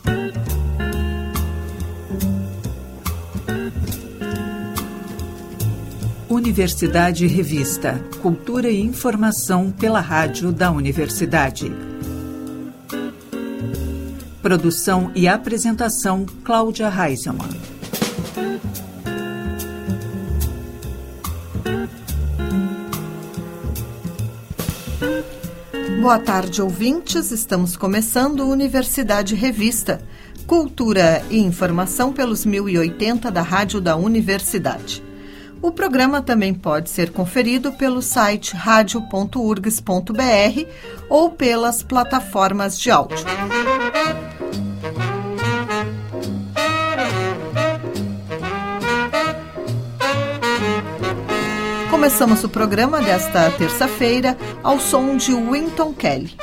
Universidade Revista. Cultura e informação pela rádio da Universidade. Produção e apresentação, Cláudia Heiselmann. Boa tarde, ouvintes. Estamos começando Universidade Revista. Cultura e informação pelos 1080 da rádio da Universidade. O programa também pode ser conferido pelo site radio.urgs.br ou pelas plataformas de áudio. Começamos o programa desta terça-feira ao som de Wynton Kelly.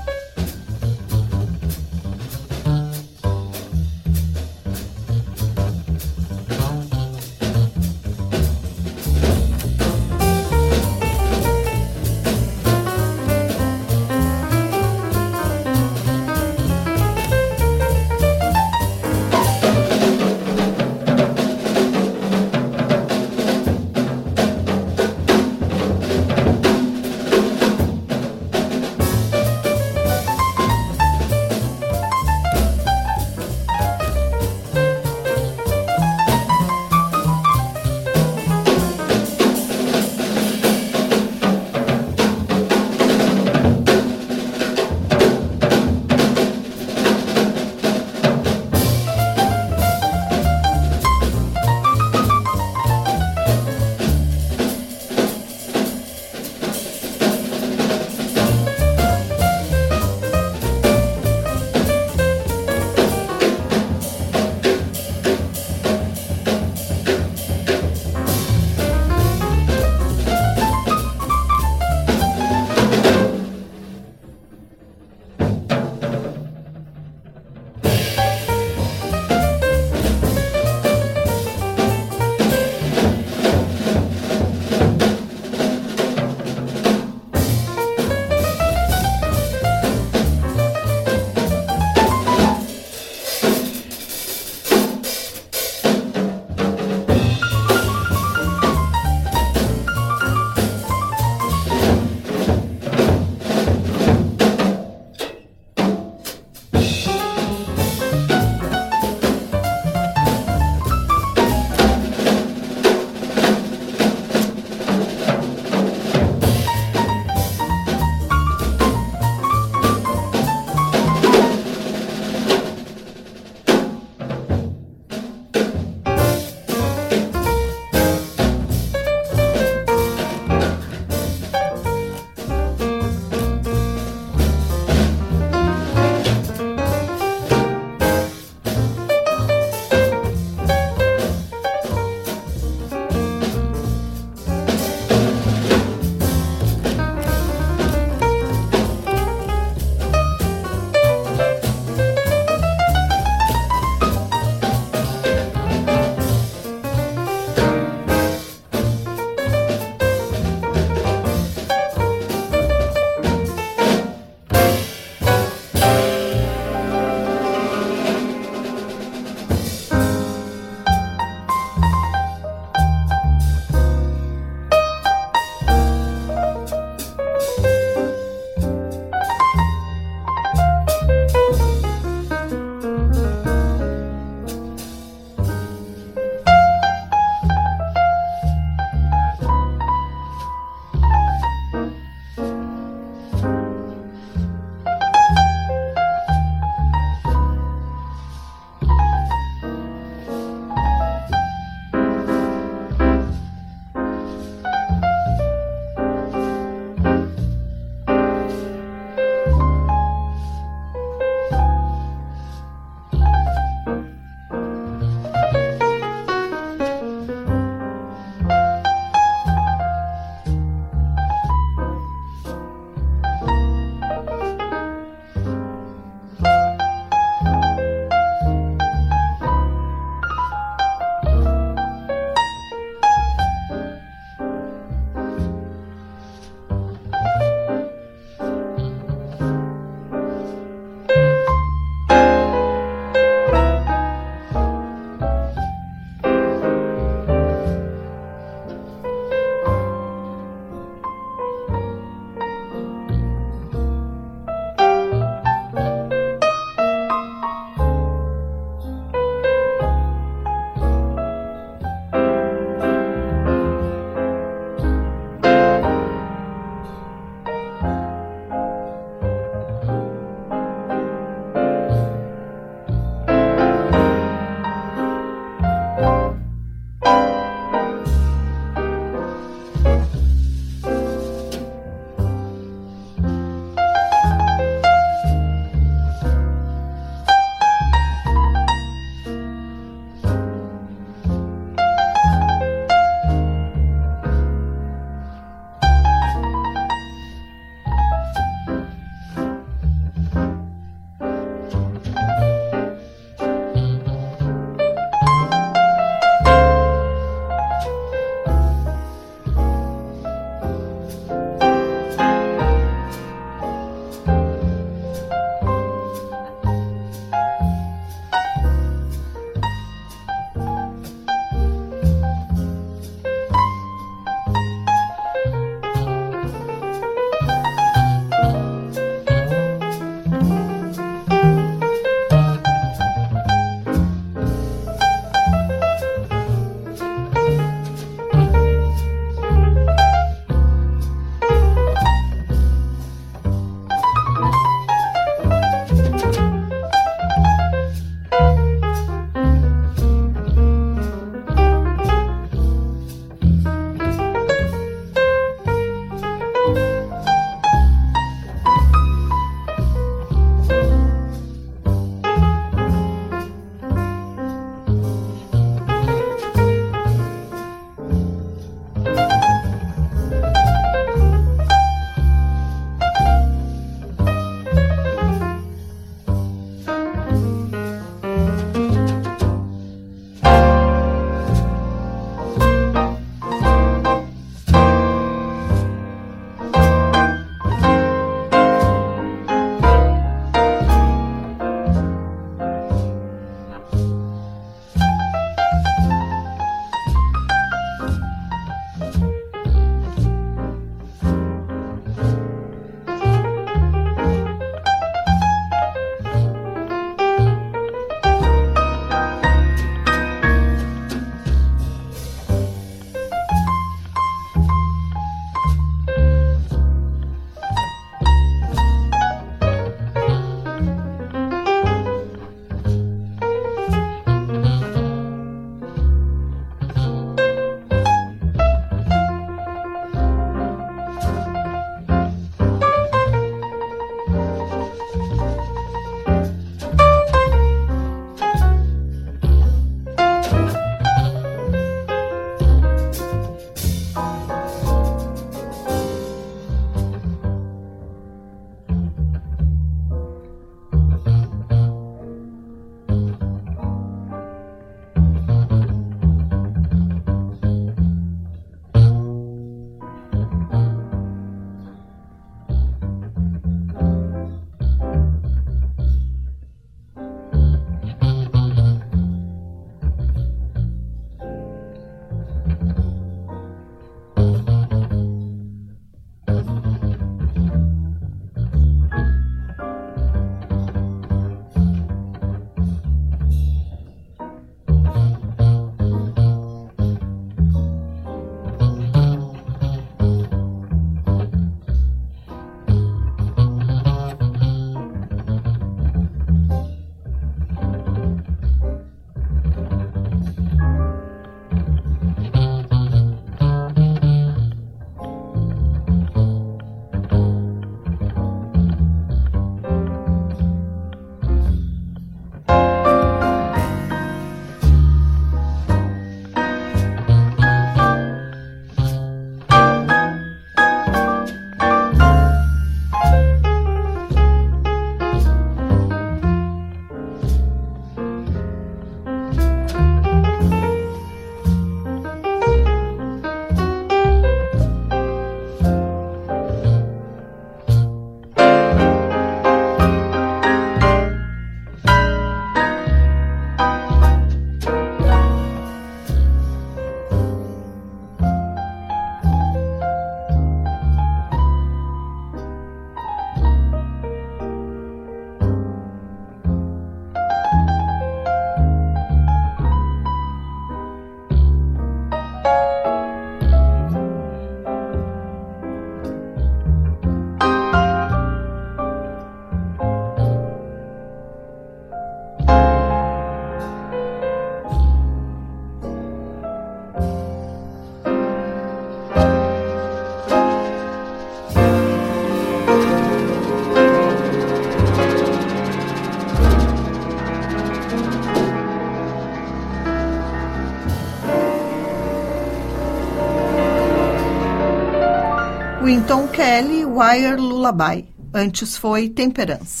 Wynton Kelly, Wire Lullaby. Antes foi Temperance.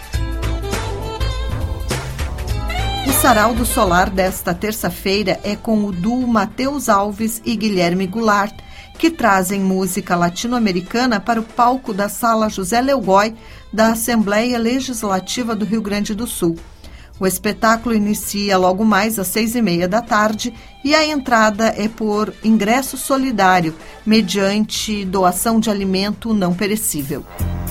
O Sarau do Solar desta terça-feira é com o duo Matheus Alves e Guilherme Goulart, que trazem música latino-americana para o palco da Sala José Leugói da Assembleia Legislativa do Rio Grande do Sul. O espetáculo inicia logo mais às 6h30 da tarde e a entrada é por ingresso solidário, mediante doação de alimento não perecível.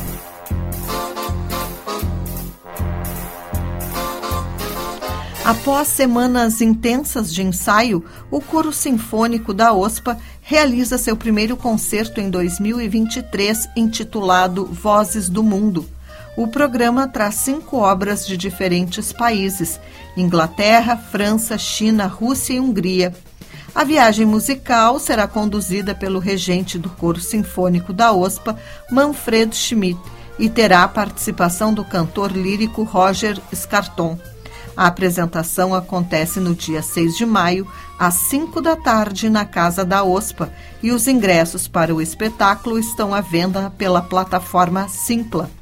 Após semanas intensas de ensaio, o Coro Sinfônico da OSPA realiza seu primeiro concerto em 2023, intitulado Vozes do Mundo. O programa traz 5 obras de diferentes países: Inglaterra, França, China, Rússia e Hungria. A viagem musical será conduzida pelo regente do Coro Sinfônico da OSPA, Manfred Schmidt, e terá a participação do cantor lírico Roger Scarton. A apresentação acontece no dia 6 de maio, às 5 da tarde, na Casa da OSPA, e os ingressos para o espetáculo estão à venda pela plataforma Simpla.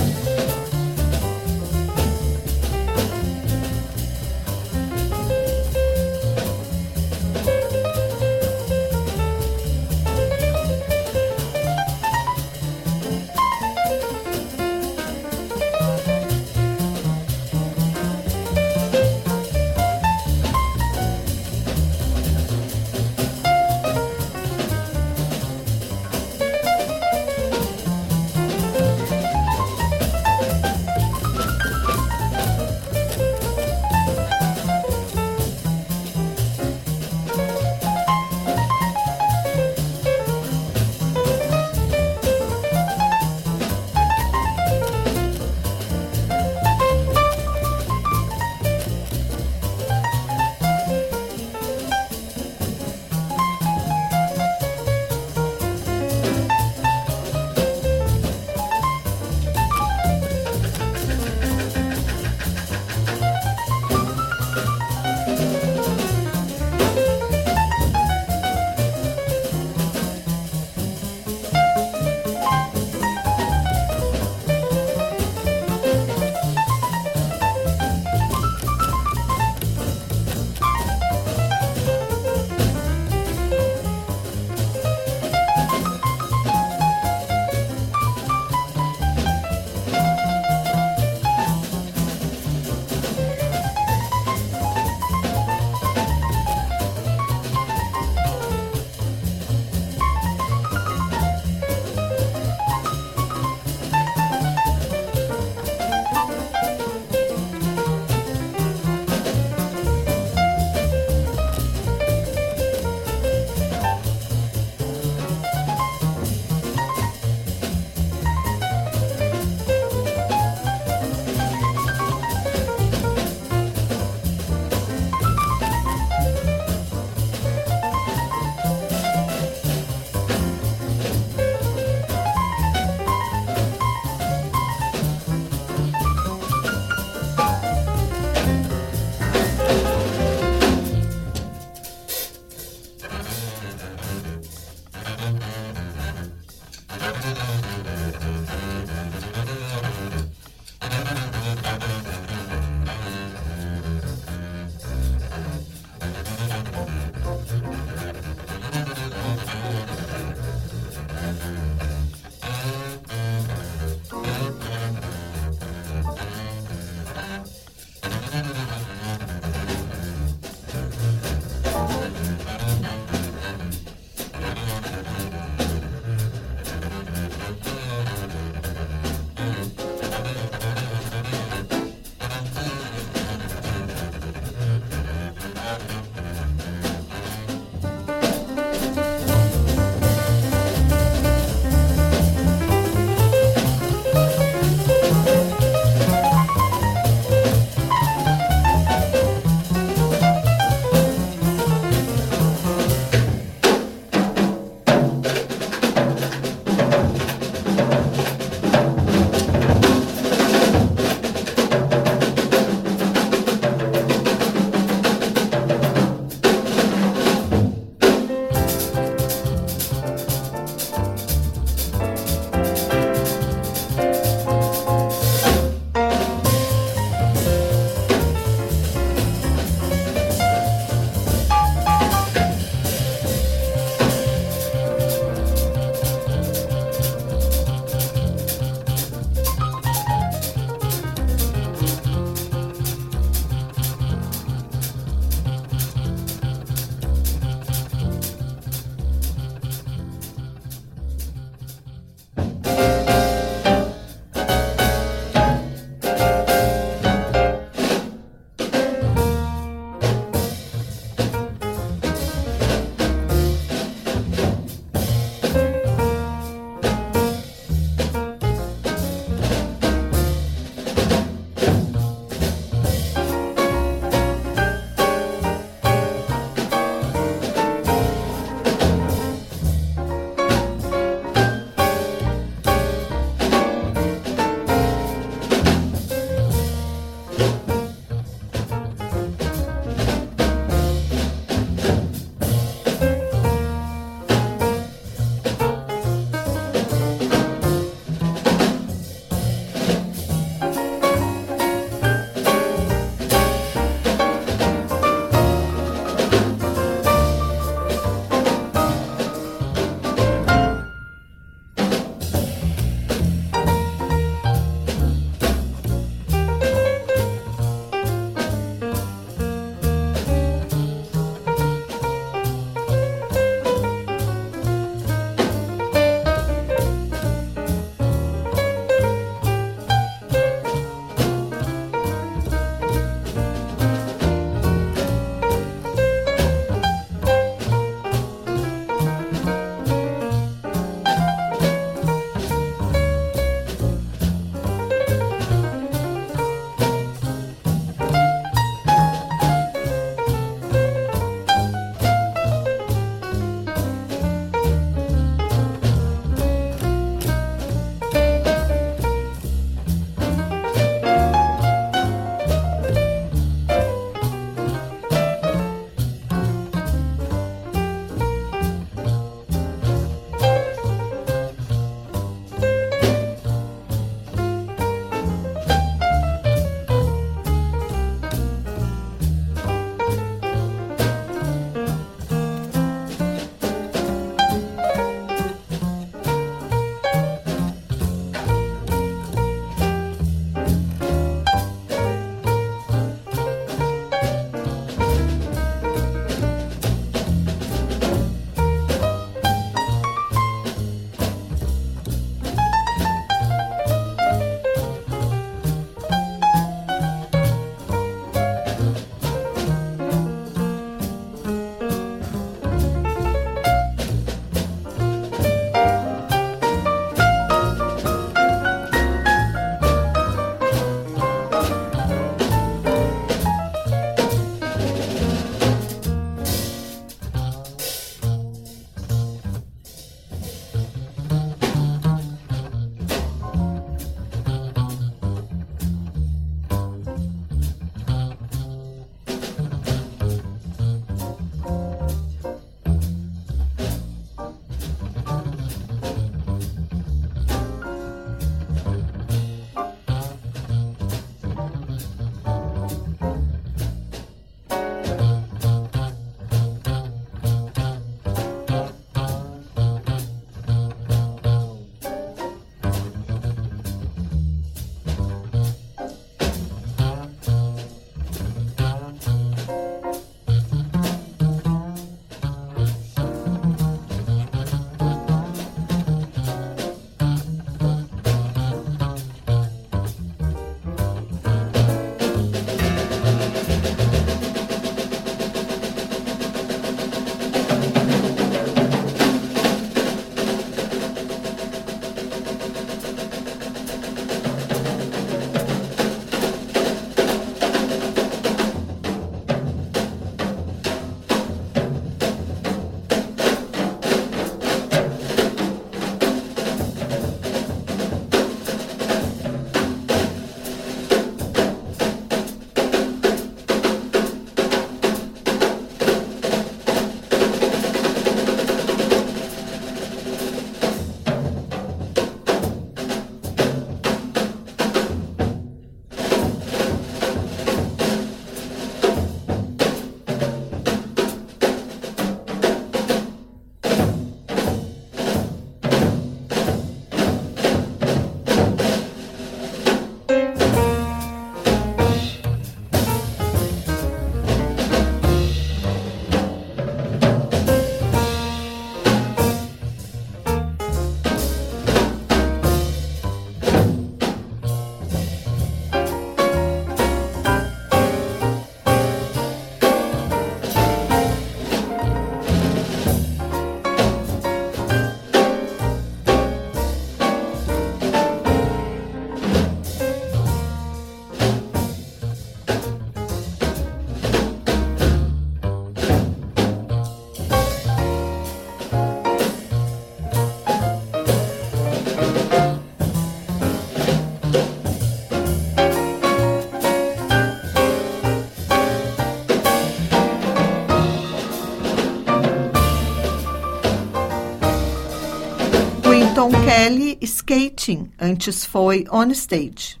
Tom Kelly, Skating, antes foi On Stage.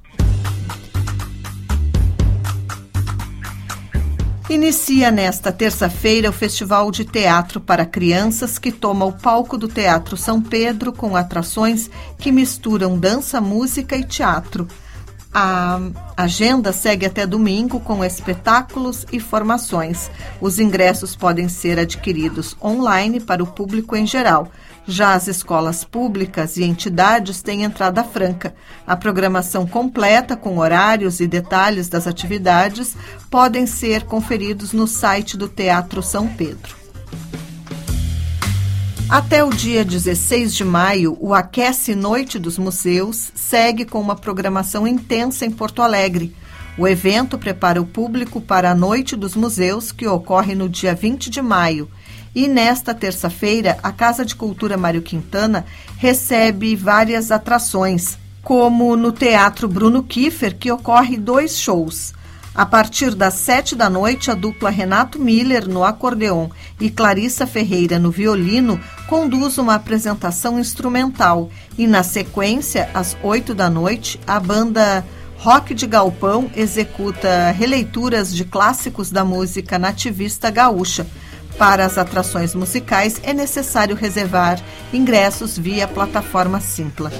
Inicia nesta terça-feira o Festival de Teatro para Crianças, que toma o palco do Teatro São Pedro com atrações que misturam dança, música e teatro. A agenda segue até domingo com espetáculos e formações. Os ingressos podem ser adquiridos online para o público em geral. Já as escolas públicas e entidades têm entrada franca. A programação completa, com horários e detalhes das atividades, podem ser conferidos no site do Teatro São Pedro. Até o dia 16 de maio, o Aquece Noite dos Museus segue com uma programação intensa em Porto Alegre. O evento prepara o público para a Noite dos Museus, que ocorre no dia 20 de maio. E nesta terça-feira, a Casa de Cultura Mário Quintana recebe várias atrações, como no Teatro Bruno Kiefer, que ocorre 2 shows. A partir das 7 da noite, a dupla Renato Miller no acordeon e Clarissa Ferreira no violino conduz uma apresentação instrumental. E na sequência, às 8 da noite, a banda Rock de Galpão executa releituras de clássicos da música nativista gaúcha. Para as atrações musicais, é necessário reservar ingressos via plataforma Simpla.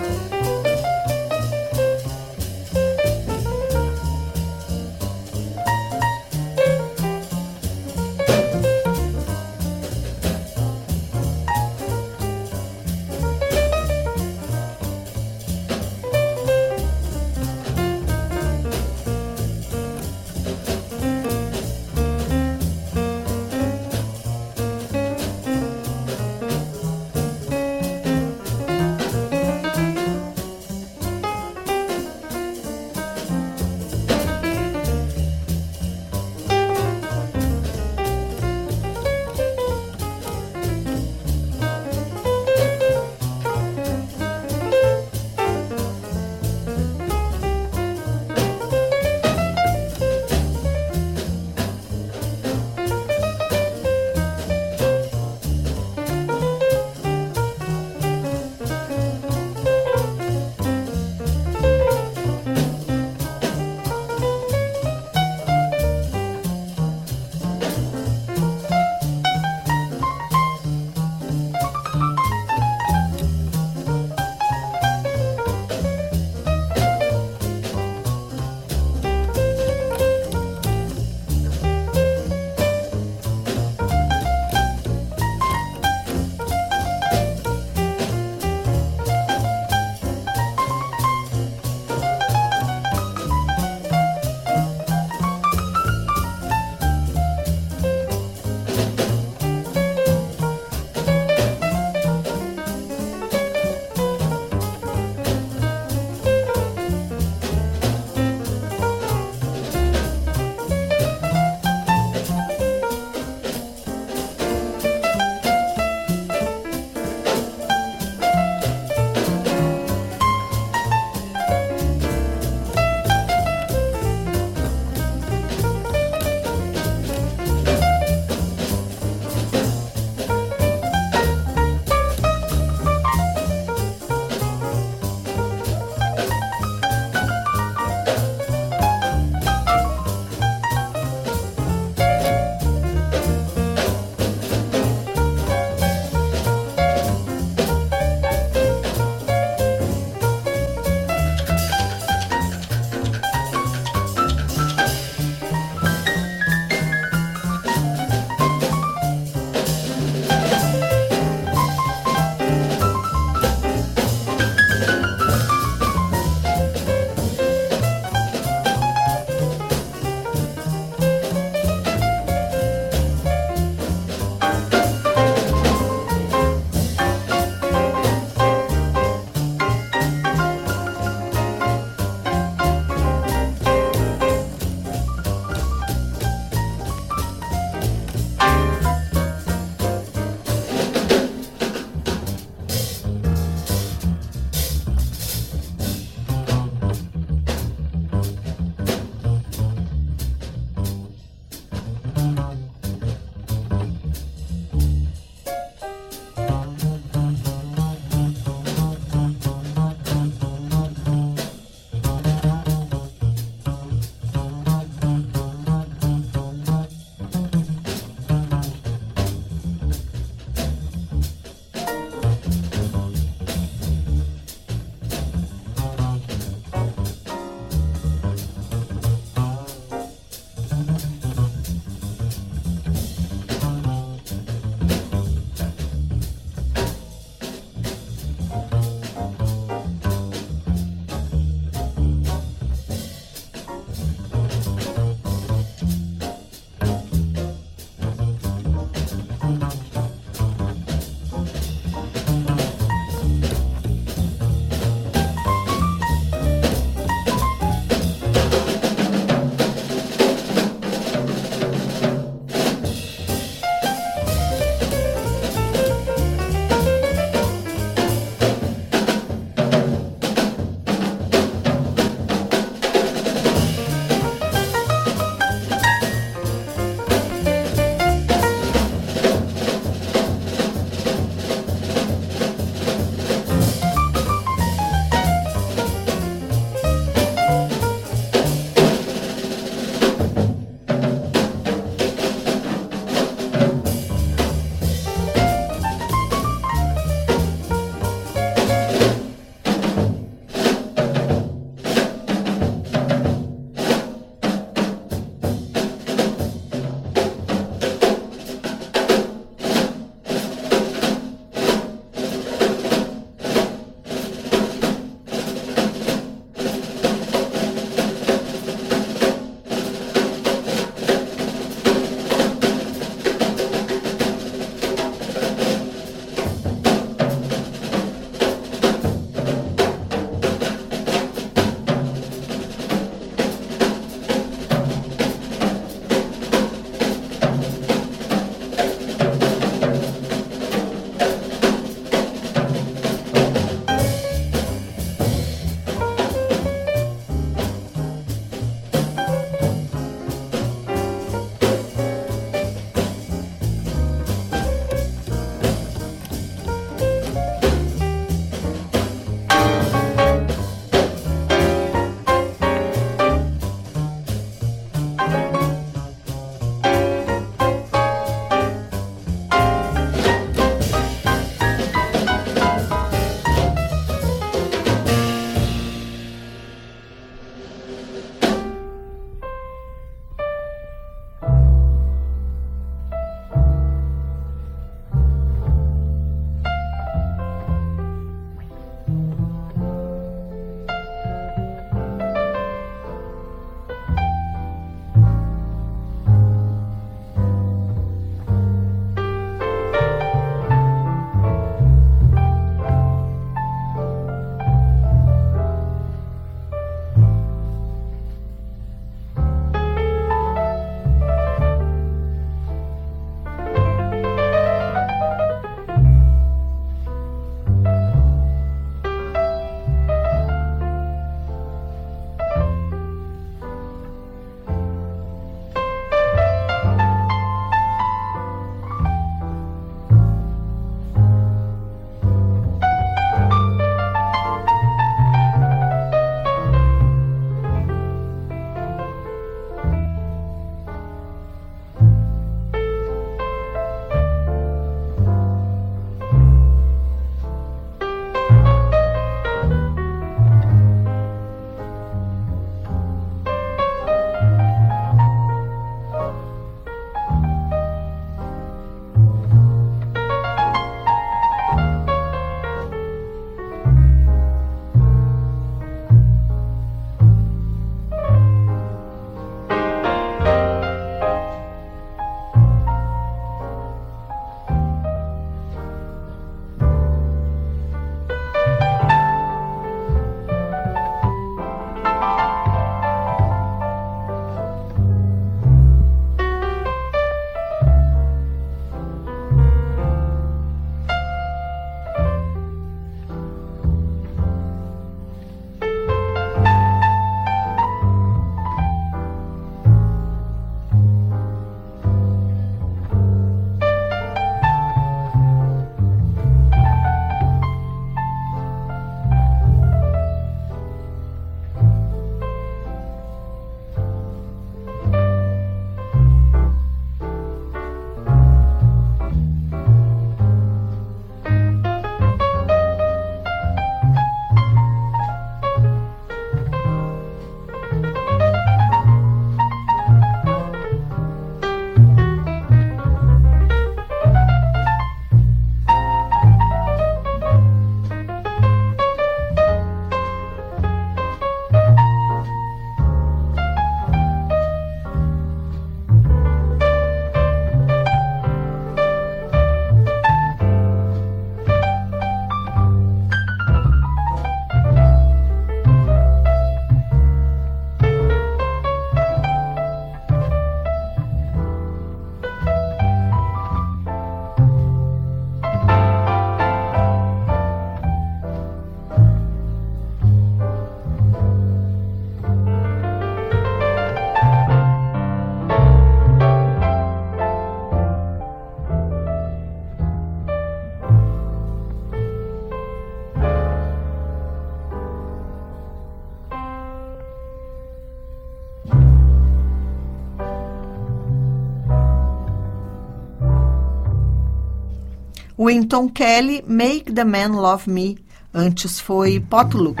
Wynton Kelly, Make the Man Love Me. Antes foi Potluck.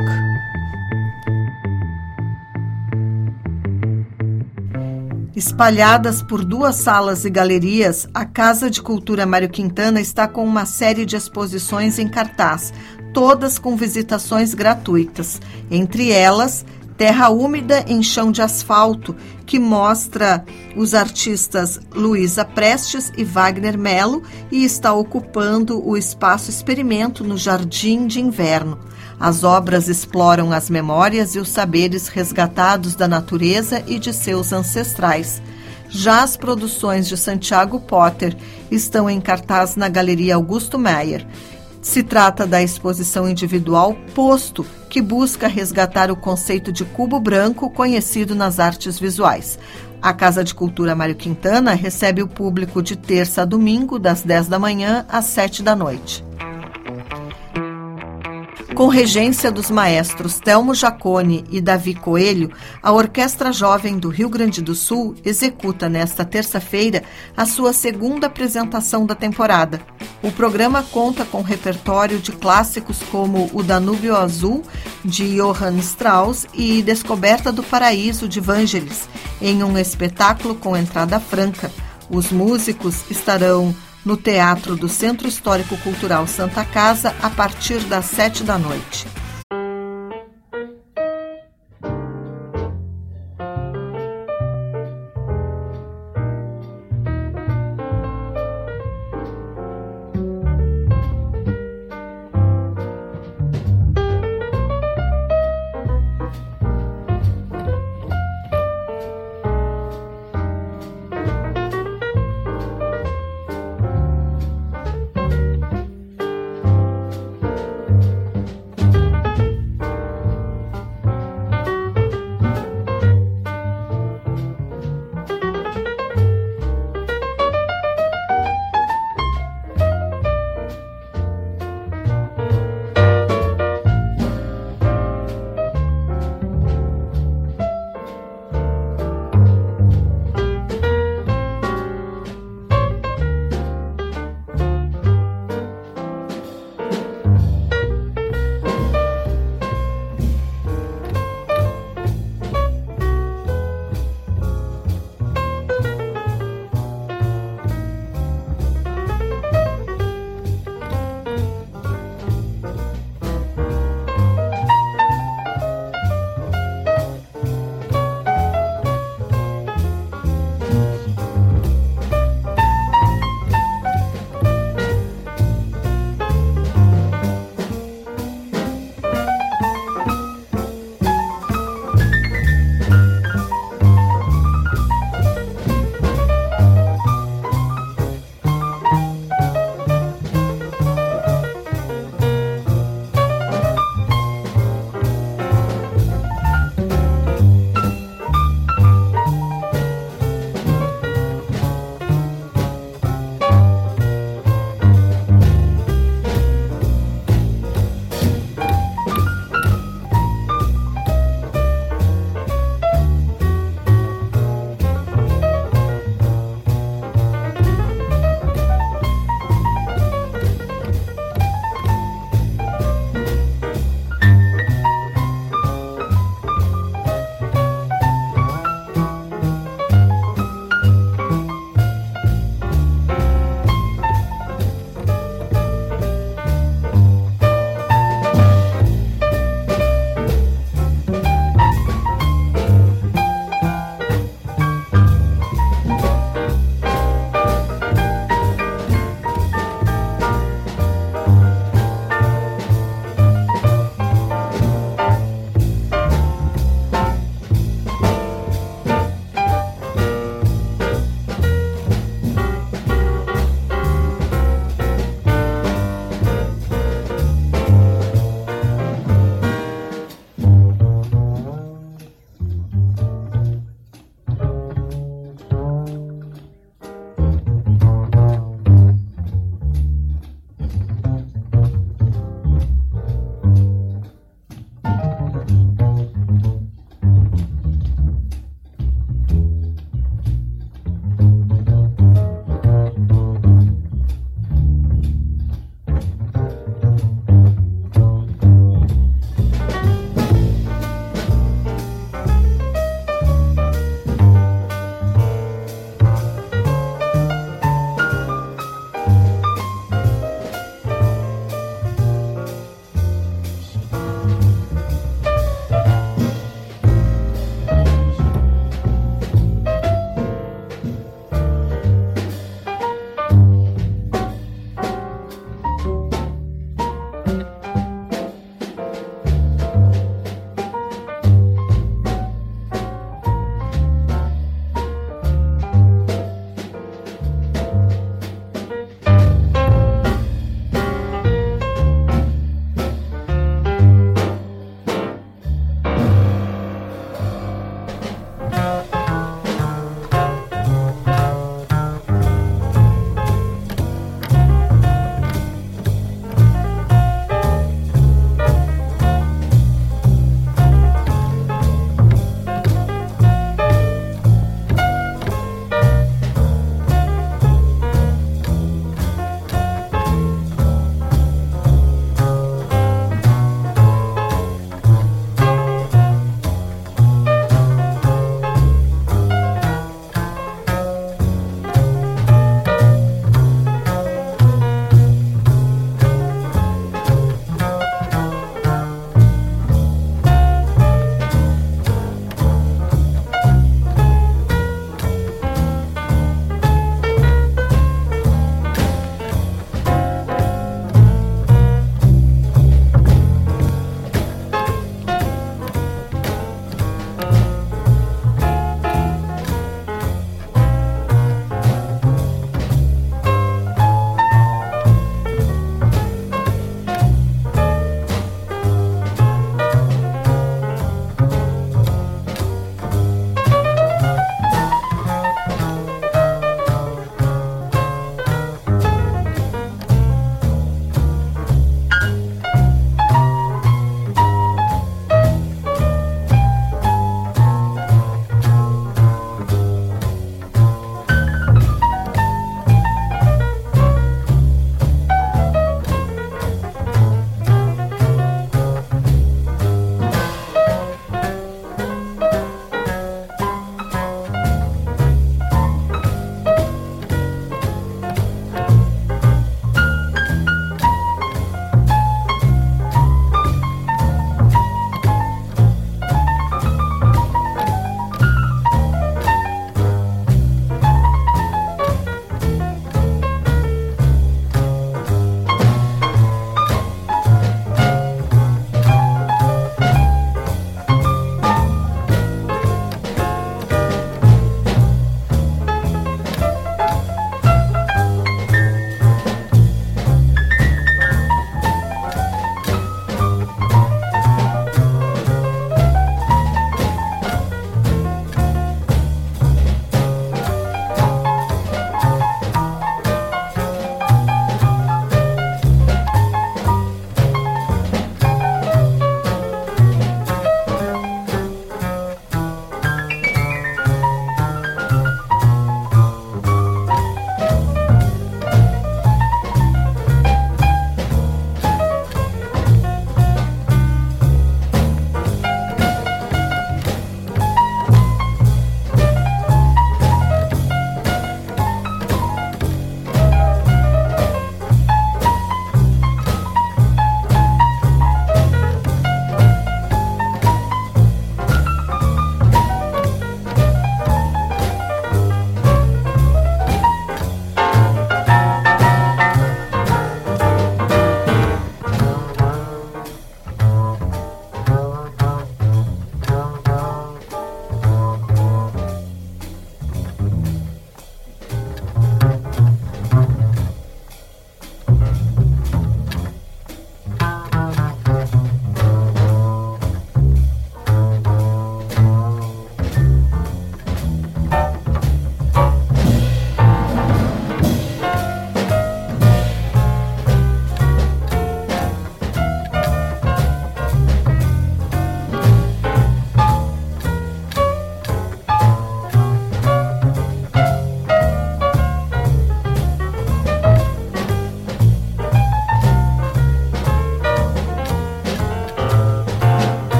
Espalhadas por 2 salas e galerias, a Casa de Cultura Mário Quintana está com uma série de exposições em cartaz, todas com visitações gratuitas. Entre elas, Terra Úmida em Chão de Asfalto, que mostra os artistas Luísa Prestes e Wagner Mello e está ocupando o espaço Experimento no Jardim de Inverno. As obras exploram as memórias e os saberes resgatados da natureza e de seus ancestrais. Já as produções de Santiago Potter estão em cartaz na Galeria Augusto Meyer. Se trata da exposição individual Posto, que busca resgatar o conceito de cubo branco conhecido nas artes visuais. A Casa de Cultura Mário Quintana recebe o público de terça a domingo, das 10 da manhã às 7 da noite. Com regência dos maestros Telmo Jacone e Davi Coelho, a Orquestra Jovem do Rio Grande do Sul executa nesta terça-feira a sua 2ª apresentação da temporada. O programa conta com repertório de clássicos como O Danúbio Azul, de Johann Strauss, e Descoberta do Paraíso, de Vangelis, em um espetáculo com entrada franca. Os músicos estarão no Teatro do Centro Histórico Cultural Santa Casa a partir das 7 da noite.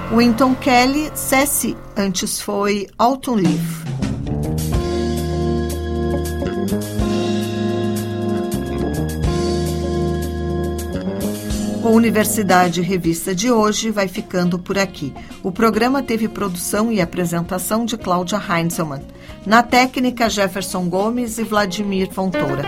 Wynton Kelly, Sassy, antes foi Autumn Leaf. O Universidade Revista de hoje vai ficando por aqui. O programa teve produção e apresentação de Cláudia Heinzelmann. Na técnica, Jefferson Gomes e Vladimir Fontoura.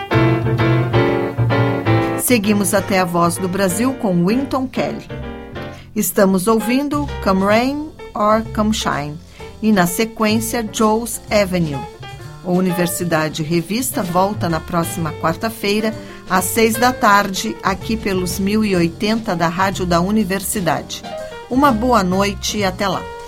Seguimos até a Voz do Brasil com Wynton Kelly. Estamos ouvindo Come Rain or Come Shine e, na sequência, Joe's Avenue. A Universidade Revista volta na próxima quarta-feira, às 6h, aqui pelos 1080 da Rádio da Universidade. Uma boa noite e até lá.